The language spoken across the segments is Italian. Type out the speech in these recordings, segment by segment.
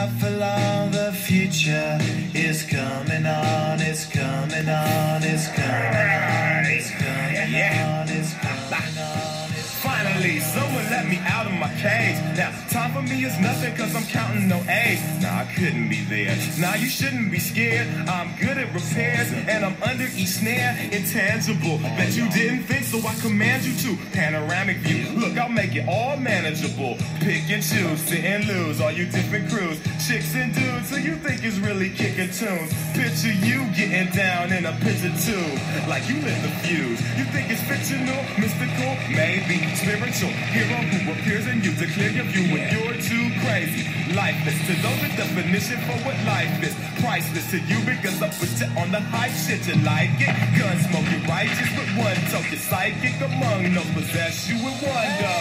not for long, the future is coming on, it's coming on, it's coming on, it's coming on, it's coming on. Finally, someone let me out of my cage. Now, time for me is nothing cause I'm counting no A's. Nah, I couldn't be there. Nah, you shouldn't be scared. I'm good at repairs and I'm under each snare. Intangible, that you didn't think, so I command you to. Panoramic view, look, I'll make it all manageable. Pick and choose, sit and lose, all you different crews. Chicks and dudes, who you think is really kicking tunes. Picture you getting down in a picture tube, like you lit the fuse. You think it's fictional, mystical, maybe spiritual hero who appears in you to clear your view when you're too crazy. Lifeless to those, the definition for what life is. Priceless to you because I put you on the hype shit. You like it? Gun smoke, you righteous with one toke. You're psychic among no possess you with one go.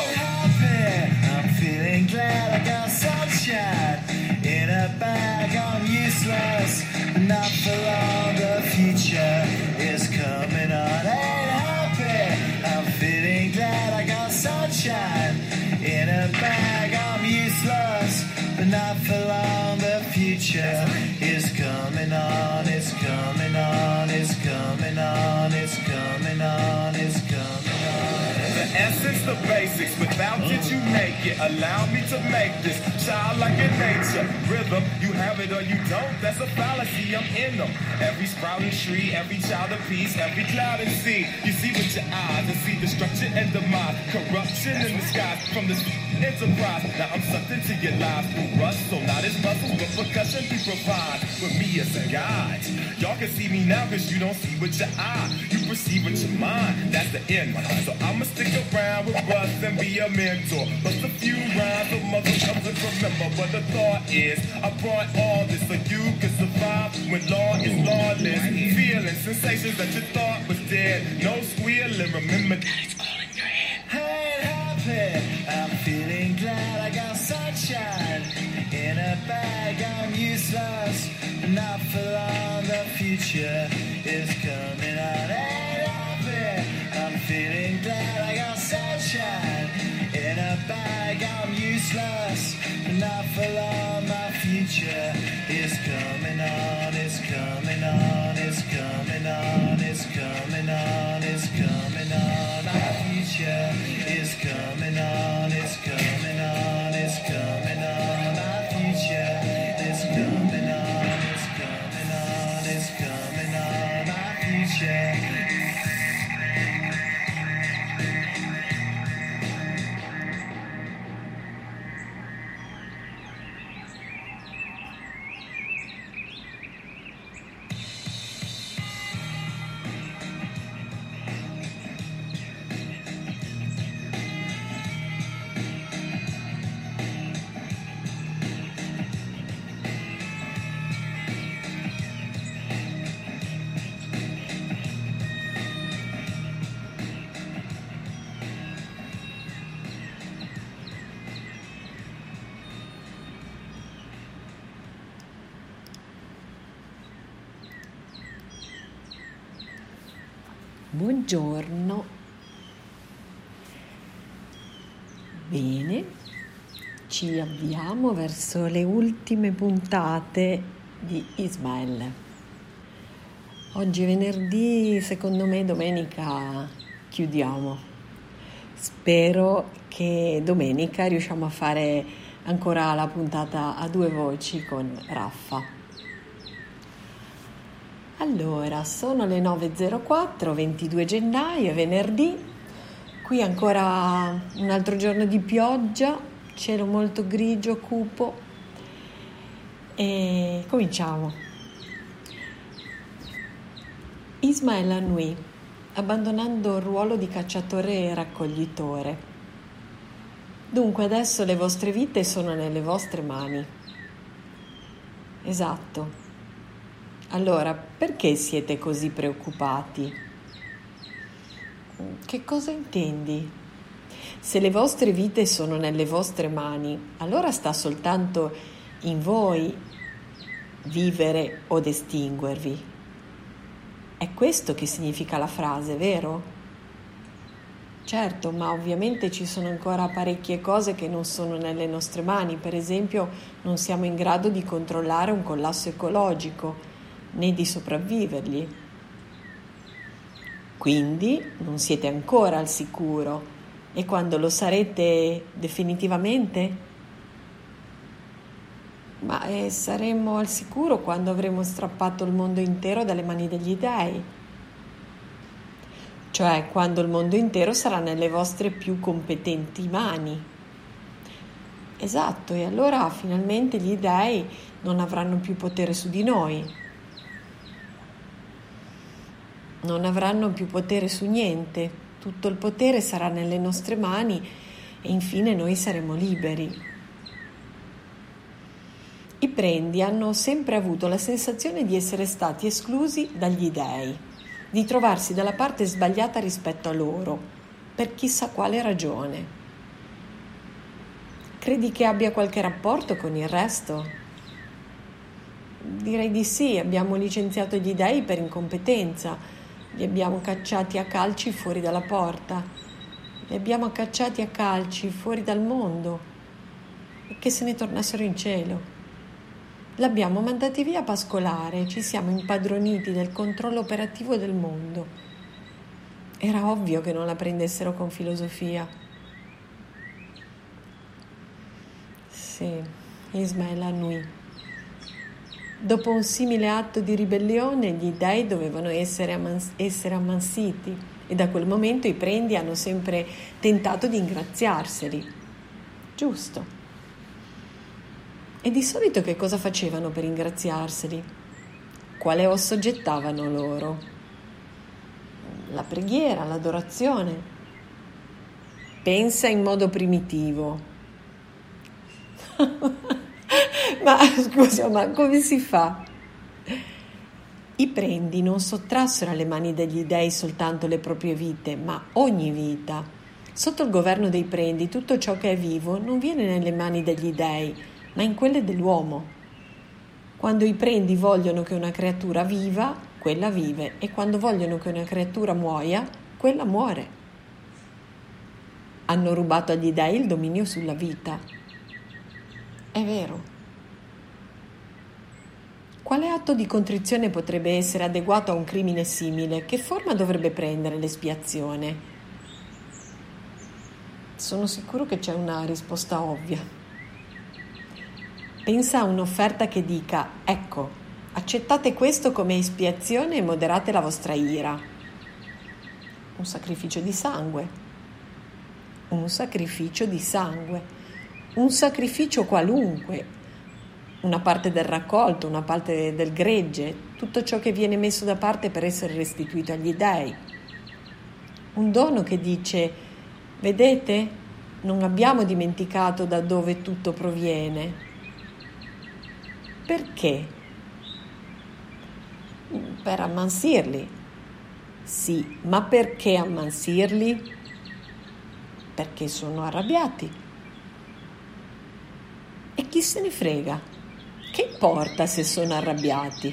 I'm feeling glad I got sunshine in a bag. I'm useless, but not for long. The future is coming on. Ain't happy. I'm feeling glad I got sunshine in a bag. I'm useless, but not for long. The future is coming on. It's coming on. It's coming on. It's coming on. It's coming on. The essence, the basics, without it you make it. Allow me to make this childlike in nature. Rhythm, you have it or you don't, that's a fallacy, I'm in them. Every sprouting tree, every child of peace, every cloud and sea. You see with your eyes and see destruction and demise. Corruption in the skies from this enterprise. Now I'm sucked into your lives through rust, so not as muscle, but percussion you provide with me as a guide. Y'all can see me now cause you don't see with your eye. You perceive with your mind, that's the end. So I'ma stick around with Russ and be a mentor. Bust a few rhymes so mother comes and remember. But the thought is, I brought all this so you can survive when law is lawless. Feeling sensations that you thought was dead. No squealing, remember that it's all in your head. Hey, happy. I'm feeling glad I got sunshine in a bag. I'm useless, but not for long. The future is coming on. Hey, happy. I'm feeling glad I got sunshine in a bag. I'm useless, but not for long. My future is coming on. It's coming on. It's coming on. It's coming on. It's coming on. My future is coming on. It's coming on. It's coming on. My future is coming on. It's coming on. It's coming on. My future. Buongiorno. Bene, ci avviamo verso le ultime puntate di Ismael. Oggi è venerdì, secondo me domenica chiudiamo. Spero che domenica riusciamo a fare ancora la puntata a due voci con Raffa. Allora, sono le 9.04, 22 gennaio, è venerdì, qui ancora un altro giorno di pioggia, cielo molto grigio, cupo e cominciamo. Ismael Hanui, abbandonando il ruolo di cacciatore e raccoglitore. Dunque adesso le vostre vite sono nelle vostre mani. Esatto. Allora, perché siete così preoccupati? Che cosa intendi? Se le vostre vite sono nelle vostre mani, allora sta soltanto in voi vivere o estinguervi. È questo che significa la frase, vero? Certo, ma ovviamente ci sono ancora parecchie cose che non sono nelle nostre mani. Per esempio, non siamo in grado di controllare un collasso ecologico, né di sopravvivergli. Quindi non siete ancora al sicuro. E quando lo sarete definitivamente? Ma saremo al sicuro quando avremo strappato il mondo intero dalle mani degli dèi. Cioè quando il mondo intero sarà nelle vostre più competenti mani. Esatto, e allora finalmente gli dèi non avranno più potere su di noi. Non avranno più potere su niente. Tutto il potere sarà nelle nostre mani e infine noi saremo liberi. I prendi hanno sempre avuto la sensazione di essere stati esclusi dagli dèi, di trovarsi dalla parte sbagliata rispetto a loro, per chissà quale ragione. Credi che abbia qualche rapporto con il resto? Direi di sì, abbiamo licenziato gli dèi per incompetenza, li abbiamo cacciati a calci fuori dalla porta, li abbiamo cacciati a calci fuori dal mondo e che se ne tornassero in cielo. L'abbiamo mandati via a pascolare, ci siamo impadroniti del controllo operativo del mondo. Era ovvio che non la prendessero con filosofia. Sì, Ismael annui. Dopo un simile atto di ribellione, gli dèi dovevano essere ammansiti e da quel momento i prendi hanno sempre tentato di ingraziarseli. Giusto. E di solito che cosa facevano per ingraziarseli? Quale osso gettavano loro? La preghiera, l'adorazione. Pensa in modo primitivo. Ma scusa, ma come si fa? I prendi non sottrassero alle mani degli dèi soltanto le proprie vite, ma ogni vita. Sotto il governo dei prendi tutto ciò che è vivo non viene nelle mani degli dèi, ma in quelle dell'uomo. Quando i prendi vogliono che una creatura viva, quella vive, e quando vogliono che una creatura muoia, quella muore. Hanno rubato agli dèi il dominio sulla vita. È vero. Quale atto di contrizione potrebbe essere adeguato a un crimine simile? Che forma dovrebbe prendere l'espiazione? Sono sicuro che c'è una risposta ovvia. Pensa a un'offerta che dica: ecco, accettate questo come espiazione e moderate la vostra ira. Un sacrificio di sangue. Un sacrificio di sangue. Un sacrificio qualunque. Una parte del raccolto, una parte del gregge, tutto ciò che viene messo da parte per essere restituito agli dèi. Un dono che dice: vedete, non abbiamo dimenticato da dove tutto proviene. Perché? Per ammansirli. Sì, ma perché ammansirli? Perché sono arrabbiati. E chi se ne frega? Che importa se sono arrabbiati?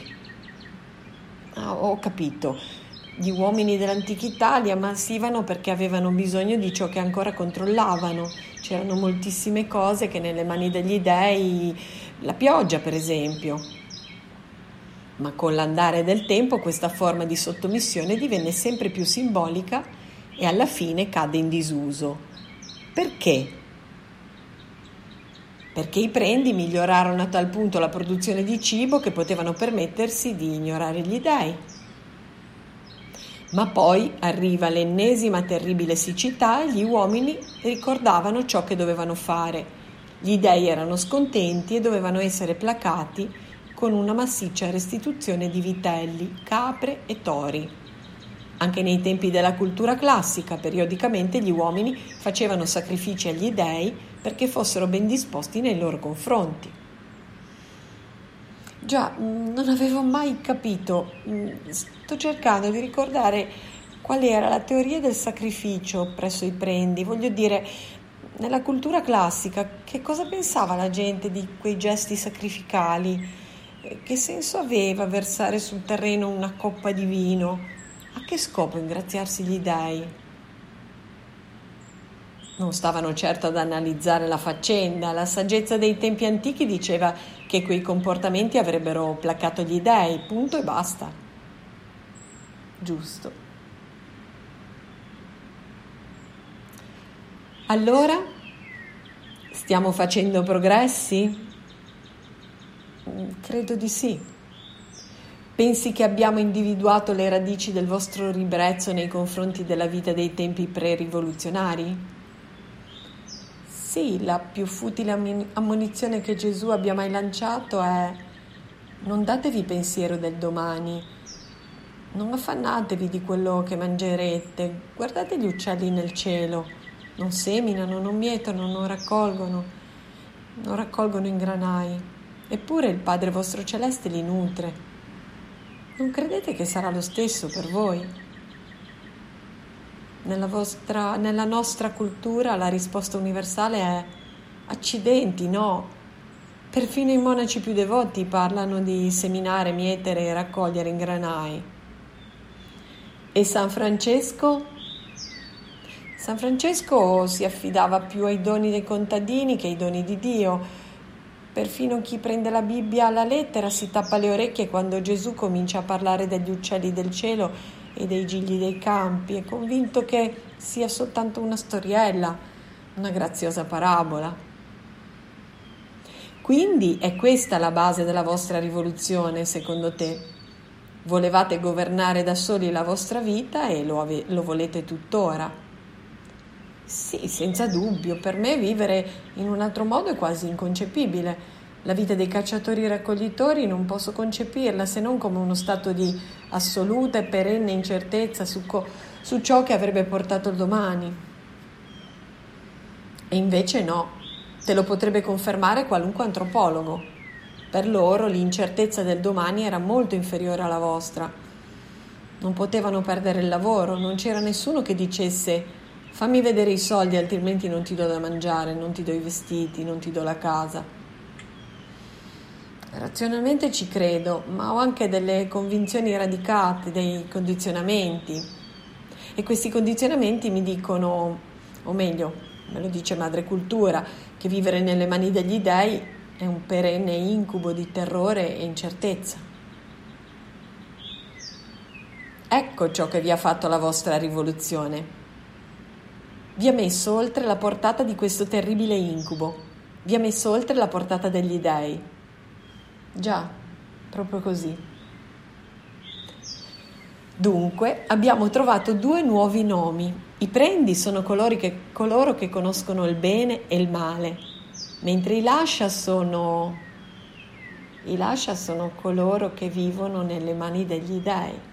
Ho capito. Gli uomini dell'antichità li ammansivano perché avevano bisogno di ciò che ancora controllavano. C'erano moltissime cose che nelle mani degli dèi, la pioggia per esempio. Ma con l'andare del tempo questa forma di sottomissione divenne sempre più simbolica e alla fine cadde in disuso. Perché? Perché i prendi migliorarono a tal punto la produzione di cibo che potevano permettersi di ignorare gli dèi. Ma poi arriva l'ennesima terribile siccità e gli uomini ricordavano ciò che dovevano fare. Gli dèi erano scontenti e dovevano essere placati con una massiccia restituzione di vitelli, capre e tori. Anche nei tempi della cultura classica, periodicamente gli uomini facevano sacrifici agli dèi perché fossero ben disposti nei loro confronti. Già, non avevo mai capito. Sto cercando di ricordare qual era la teoria del sacrificio presso i prendi. Voglio dire, nella cultura classica, che cosa pensava la gente di quei gesti sacrificali? Che senso aveva versare sul terreno una coppa di vino? A che scopo ingraziarsi gli dèi? Non stavano certo ad analizzare la faccenda. La saggezza dei tempi antichi diceva che quei comportamenti avrebbero placato gli dèi, punto e basta. Giusto. Allora, stiamo facendo progressi? Credo di sì. Pensi che abbiamo individuato le radici del vostro ribrezzo nei confronti della vita dei tempi pre-rivoluzionari? Sì, la più futile ammonizione che Gesù abbia mai lanciato è: non datevi pensiero del domani, non affannatevi di quello che mangerete, guardate gli uccelli nel cielo, non seminano, non mietono, non raccolgono in granai, eppure il Padre vostro celeste li nutre. Non credete che sarà lo stesso per voi? Nella nostra cultura la risposta universale è: accidenti, no. Perfino i monaci più devoti parlano di seminare, mietere e raccogliere in granai. E San Francesco? San Francesco si affidava più ai doni dei contadini che ai doni di Dio. Perfino chi prende la Bibbia alla lettera si tappa le orecchie quando Gesù comincia a parlare degli uccelli del cielo e dei gigli dei campi, è convinto che sia soltanto una storiella, una graziosa parabola. Quindi è questa la base della vostra rivoluzione, secondo te? Volevate governare da soli la vostra vita e lo volete tuttora? Sì, senza dubbio. Per me vivere in un altro modo è quasi inconcepibile. La vita dei cacciatori e raccoglitori non posso concepirla se non come uno stato di assoluta e perenne incertezza su ciò che avrebbe portato il domani. E invece no, te lo potrebbe confermare qualunque antropologo. Per loro l'incertezza del domani era molto inferiore alla vostra. Non potevano perdere il lavoro, non c'era nessuno che dicesse: fammi vedere i soldi, altrimenti non ti do da mangiare, non ti do i vestiti, non ti do la casa. Razionalmente ci credo, ma ho anche delle convinzioni radicate, dei condizionamenti. E questi condizionamenti mi dicono, o meglio, me lo dice Madre Cultura, che vivere nelle mani degli dèi è un perenne incubo di terrore e incertezza. Ecco ciò che vi ha fatto la vostra rivoluzione. Vi ha messo oltre la portata di questo terribile incubo. Vi ha messo oltre la portata degli dèi. Già, proprio così. Dunque, abbiamo trovato 2 nuovi nomi. I prendi sono coloro che conoscono il bene e il male, mentre i lascia sono coloro che vivono nelle mani degli dèi.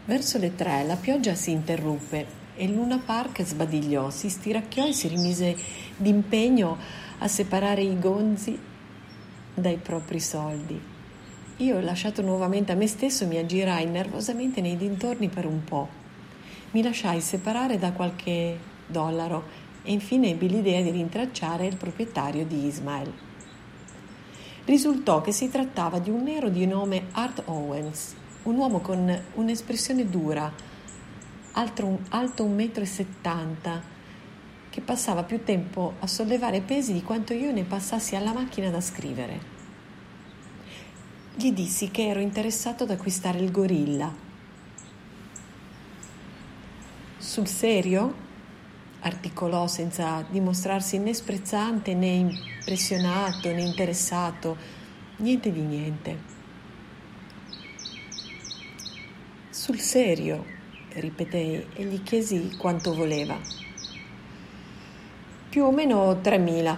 Verso le 3 la pioggia si interruppe e il Luna Park sbadigliò, si stiracchiò e si rimise d'impegno a separare i gonzi dai propri soldi. Io, lasciato nuovamente a me stesso, mi aggirai nervosamente nei dintorni per un po'. Mi lasciai separare da qualche dollaro e infine ebbi l'idea di rintracciare il proprietario di Ismael. Risultò che si trattava di un nero di nome Art Owens, un uomo con un'espressione dura, alto 1,70 m, che passava più tempo a sollevare pesi di quanto io ne passassi alla macchina da scrivere. Gli dissi che ero interessato ad acquistare il gorilla. Sul serio? Articolò senza dimostrarsi né sprezzante né impressionato né interessato, niente di niente. Sul serio, ripetei e gli chiesi quanto voleva. Più o meno 3.000.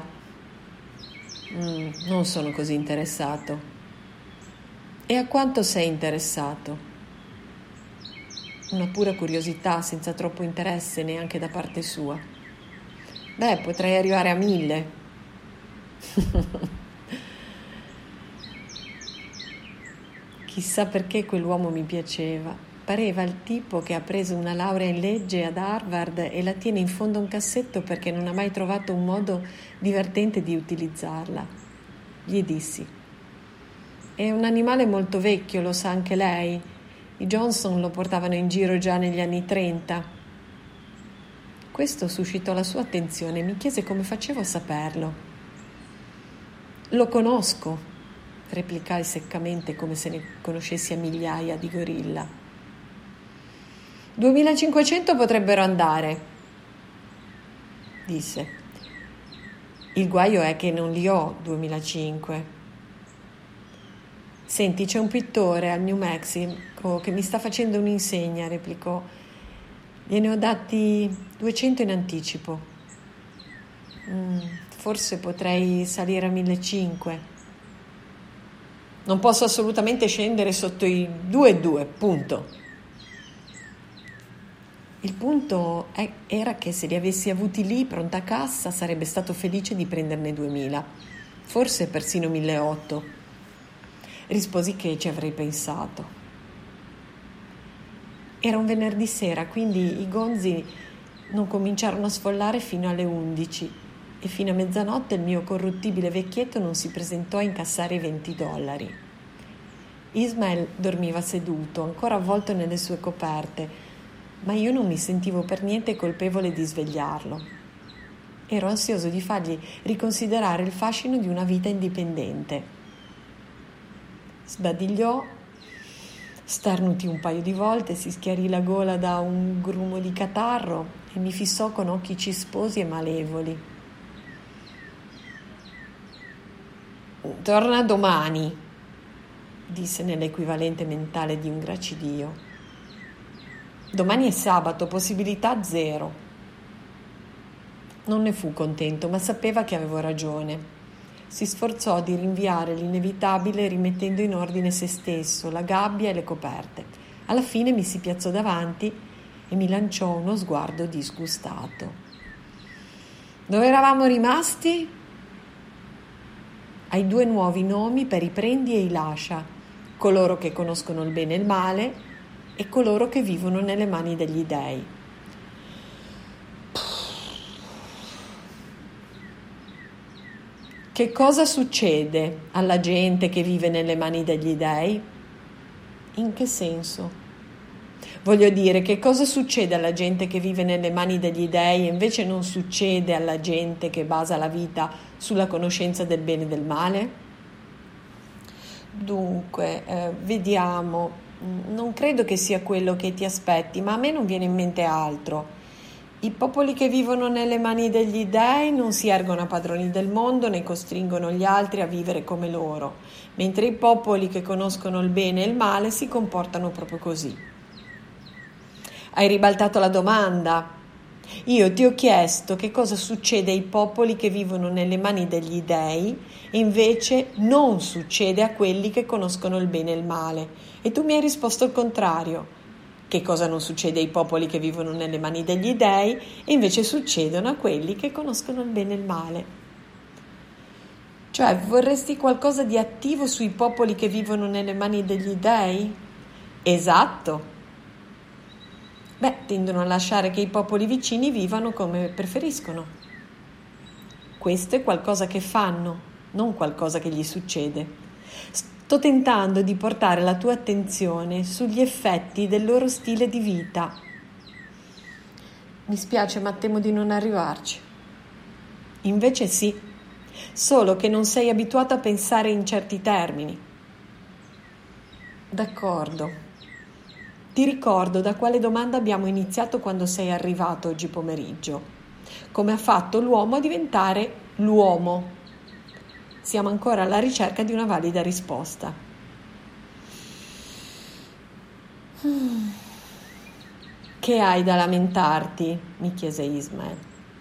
Non sono così interessato. E a quanto sei interessato? Una pura curiosità, senza troppo interesse neanche da parte sua. Beh, potrei arrivare a 1.000. Chissà perché quell'uomo mi piaceva. Pareva il tipo che ha preso una laurea in legge ad Harvard e la tiene in fondo a un cassetto perché non ha mai trovato un modo divertente di utilizzarla. Gli dissi: è un animale molto vecchio, lo sa anche lei. I Johnson lo portavano in giro già negli anni 30. Questo suscitò la sua attenzione e mi chiese come facevo a saperlo. Lo conosco, replicai seccamente come se ne conoscessi a migliaia di gorilla. 2.500 potrebbero andare, disse. Il guaio è che non li ho 2.500. Senti, c'è un pittore al New Mexico che mi sta facendo un'insegna, replicò. Gliene ho dati 200 in anticipo. Forse potrei salire a 1.500. Non posso assolutamente scendere sotto i 2,2, punto. Il punto era che se li avessi avuti lì pronta a cassa sarebbe stato felice di prenderne 2.000, forse persino 1.800. Risposi che ci avrei pensato. Era un venerdì sera, quindi i gonzi non cominciarono a sfollare fino alle 11 e fino a mezzanotte il mio corruttibile vecchietto non si presentò a incassare i $20. Ismael dormiva seduto, ancora avvolto nelle sue coperte, ma io non mi sentivo per niente colpevole di svegliarlo. Ero ansioso di fargli riconsiderare il fascino di una vita indipendente. Sbadigliò, starnutì un paio di volte, si schiarì la gola da un grumo di catarro e mi fissò con occhi cisposi e malevoli. Torna domani, disse nell'equivalente mentale di un gracidio. Domani è sabato, possibilità 0. Non ne fu contento, ma sapeva che avevo ragione. Si sforzò di rinviare l'inevitabile rimettendo in ordine se stesso, la gabbia e le coperte. Alla fine mi si piazzò davanti e mi lanciò uno sguardo disgustato. Dove eravamo rimasti? Ai 2 nuovi nomi per i prendi e i lascia, coloro che conoscono il bene e il male e coloro che vivono nelle mani degli dèi. Che cosa succede alla gente che vive nelle mani degli dèi? In che senso? Voglio dire, che cosa succede alla gente che vive nelle mani degli dèi e invece non succede alla gente che basa la vita sulla conoscenza del bene e del male? Dunque, vediamo. Non credo che sia quello che ti aspetti, ma a me non viene in mente altro. I popoli che vivono nelle mani degli dèi non si ergono a padroni del mondo né costringono gli altri a vivere come loro, mentre i popoli che conoscono il bene e il male si comportano proprio così. Hai ribaltato la domanda. Io ti ho chiesto che cosa succede ai popoli che vivono nelle mani degli dèi e invece non succede a quelli che conoscono il bene e il male. E tu mi hai risposto il contrario. Che cosa non succede ai popoli che vivono nelle mani degli dèi e invece succedono a quelli che conoscono il bene e il male. Cioè, vorresti qualcosa di attivo sui popoli che vivono nelle mani degli dèi? Esatto. Tendono a lasciare che i popoli vicini vivano come preferiscono. Questo è qualcosa che fanno, non qualcosa che gli succede. Sto tentando di portare la tua attenzione sugli effetti del loro stile di vita. Mi spiace, ma temo di non arrivarci. Invece sì, solo che non sei abituato a pensare in certi termini. D'accordo. Ti ricordo da quale domanda abbiamo iniziato quando sei arrivato oggi pomeriggio. Come ha fatto l'uomo a diventare l'uomo? Siamo ancora alla ricerca di una valida risposta. Che hai da lamentarti? Mi chiese Ismael.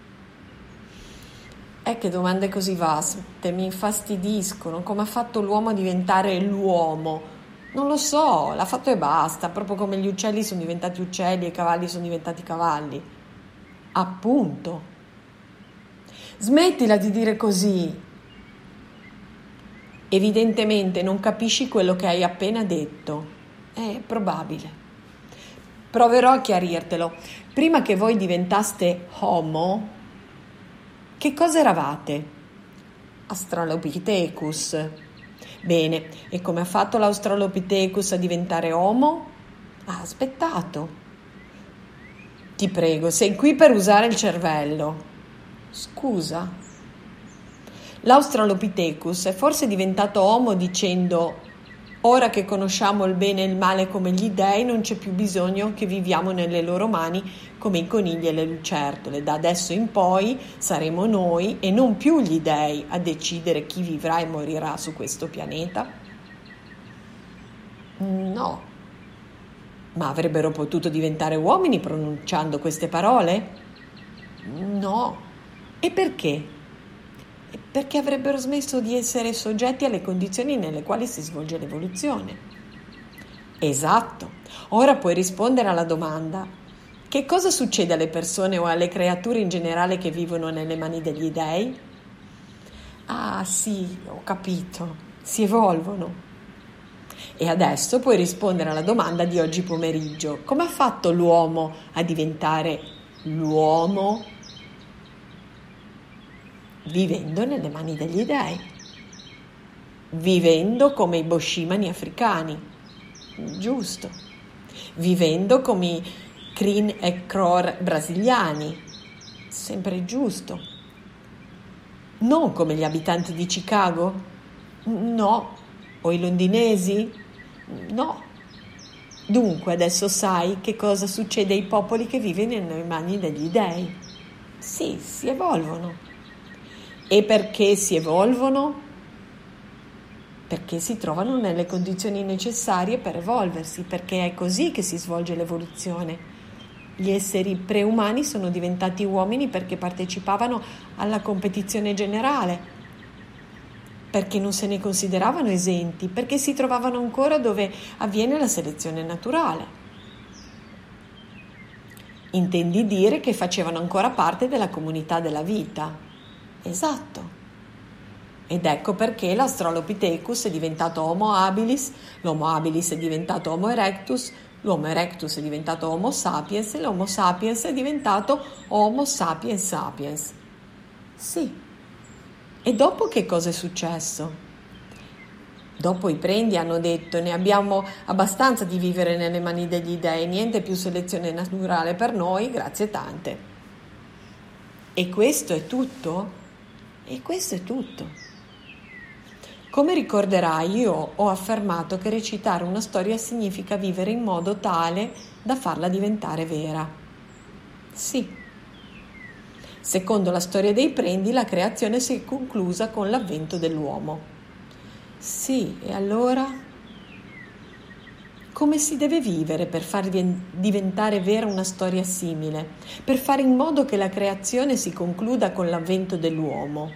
Che domande così vaste, mi infastidiscono. Come ha fatto l'uomo a diventare l'uomo? Non lo so, l'ha fatto e basta, proprio come gli uccelli sono diventati uccelli e i cavalli sono diventati cavalli. Appunto. Smettila di dire così. Evidentemente non capisci quello che hai appena detto. È probabile. Proverò a chiarirtelo. Prima che voi diventaste Homo, che cosa eravate? Australopithecus. Bene, e come ha fatto l'Australopithecus a diventare Homo? Ha aspettato. Ti prego, sei qui per usare il cervello. Scusa. L'Australopithecus è forse diventato Homo dicendo: ora che conosciamo il bene e il male come gli dèi, non c'è più bisogno che viviamo nelle loro mani come i conigli e le lucertole. Da adesso in poi saremo noi e non più gli dèi a decidere chi vivrà e morirà su questo pianeta? No. Ma avrebbero potuto diventare uomini pronunciando queste parole? No. E perché? Perché avrebbero smesso di essere soggetti alle condizioni nelle quali si svolge l'evoluzione. Esatto. Ora puoi rispondere alla domanda: che cosa succede alle persone o alle creature in generale che vivono nelle mani degli dèi? Ah sì, ho capito. Si evolvono. E adesso puoi rispondere alla domanda di oggi pomeriggio: come ha fatto l'uomo a diventare l'uomo? Vivendo nelle mani degli dèi, vivendo come i boscimani africani, giusto, vivendo come i Crin e Cror brasiliani, sempre giusto, non come gli abitanti di Chicago, no, o i londinesi, no. Dunque adesso sai che cosa succede ai popoli che vivono nelle mani degli dèi. Sì, si evolvono. E perché si evolvono? Perché si trovano nelle condizioni necessarie per evolversi, perché è così che si svolge l'evoluzione. Gli esseri preumani sono diventati uomini perché partecipavano alla competizione generale, perché non se ne consideravano esenti, perché si trovavano ancora dove avviene la selezione naturale. Intendi dire che facevano ancora parte della comunità della vita. Esatto. Ed ecco perché l'Australopithecus è diventato Homo habilis, l'Homo habilis è diventato Homo erectus, l'Homo erectus è diventato Homo sapiens e l'Homo sapiens è diventato Homo sapiens sapiens. Sì. E dopo che cosa è successo? Dopo i prendi hanno detto: ne abbiamo abbastanza di vivere nelle mani degli dèi, niente più selezione naturale per noi, grazie tante. E questo è tutto? E questo è tutto. Come ricorderai, io ho affermato che recitare una storia significa vivere in modo tale da farla diventare vera. Sì. Secondo la storia dei prendi, la creazione si è conclusa con l'avvento dell'uomo. Sì, e allora? Come si deve vivere per far diventare vera una storia simile, per fare in modo che la creazione si concluda con l'avvento dell'uomo?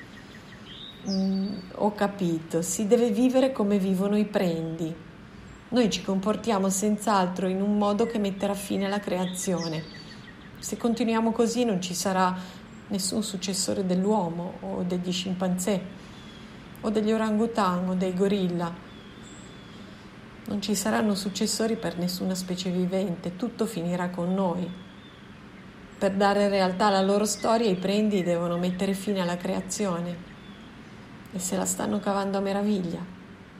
Ho capito, si deve vivere come vivono i prendi. Noi ci comportiamo senz'altro in un modo che metterà fine alla creazione. Se continuiamo così non ci sarà nessun successore dell'uomo o degli scimpanzé o degli orangutan o dei gorilla. Non ci saranno successori per nessuna specie vivente, tutto finirà con noi. Per dare realtà alla loro storia i prendi devono mettere fine alla creazione e se la stanno cavando a meraviglia.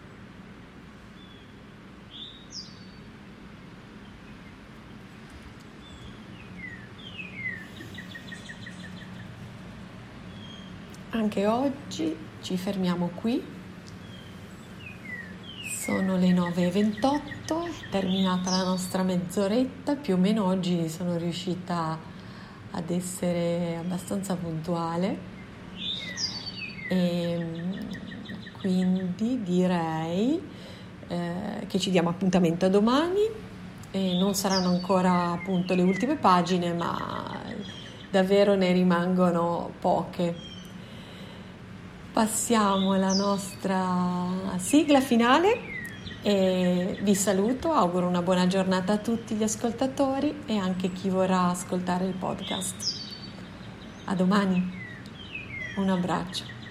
Anche oggi ci fermiamo qui, sono le 9:28, è terminata la nostra mezz'oretta, più o meno oggi sono riuscita ad essere abbastanza puntuale e quindi direi che ci diamo appuntamento a domani e non saranno ancora appunto le ultime pagine, ma davvero ne rimangono poche. Passiamo alla nostra sigla finale e vi saluto, auguro una buona giornata a tutti gli ascoltatori e anche chi vorrà ascoltare il podcast. A domani, un abbraccio.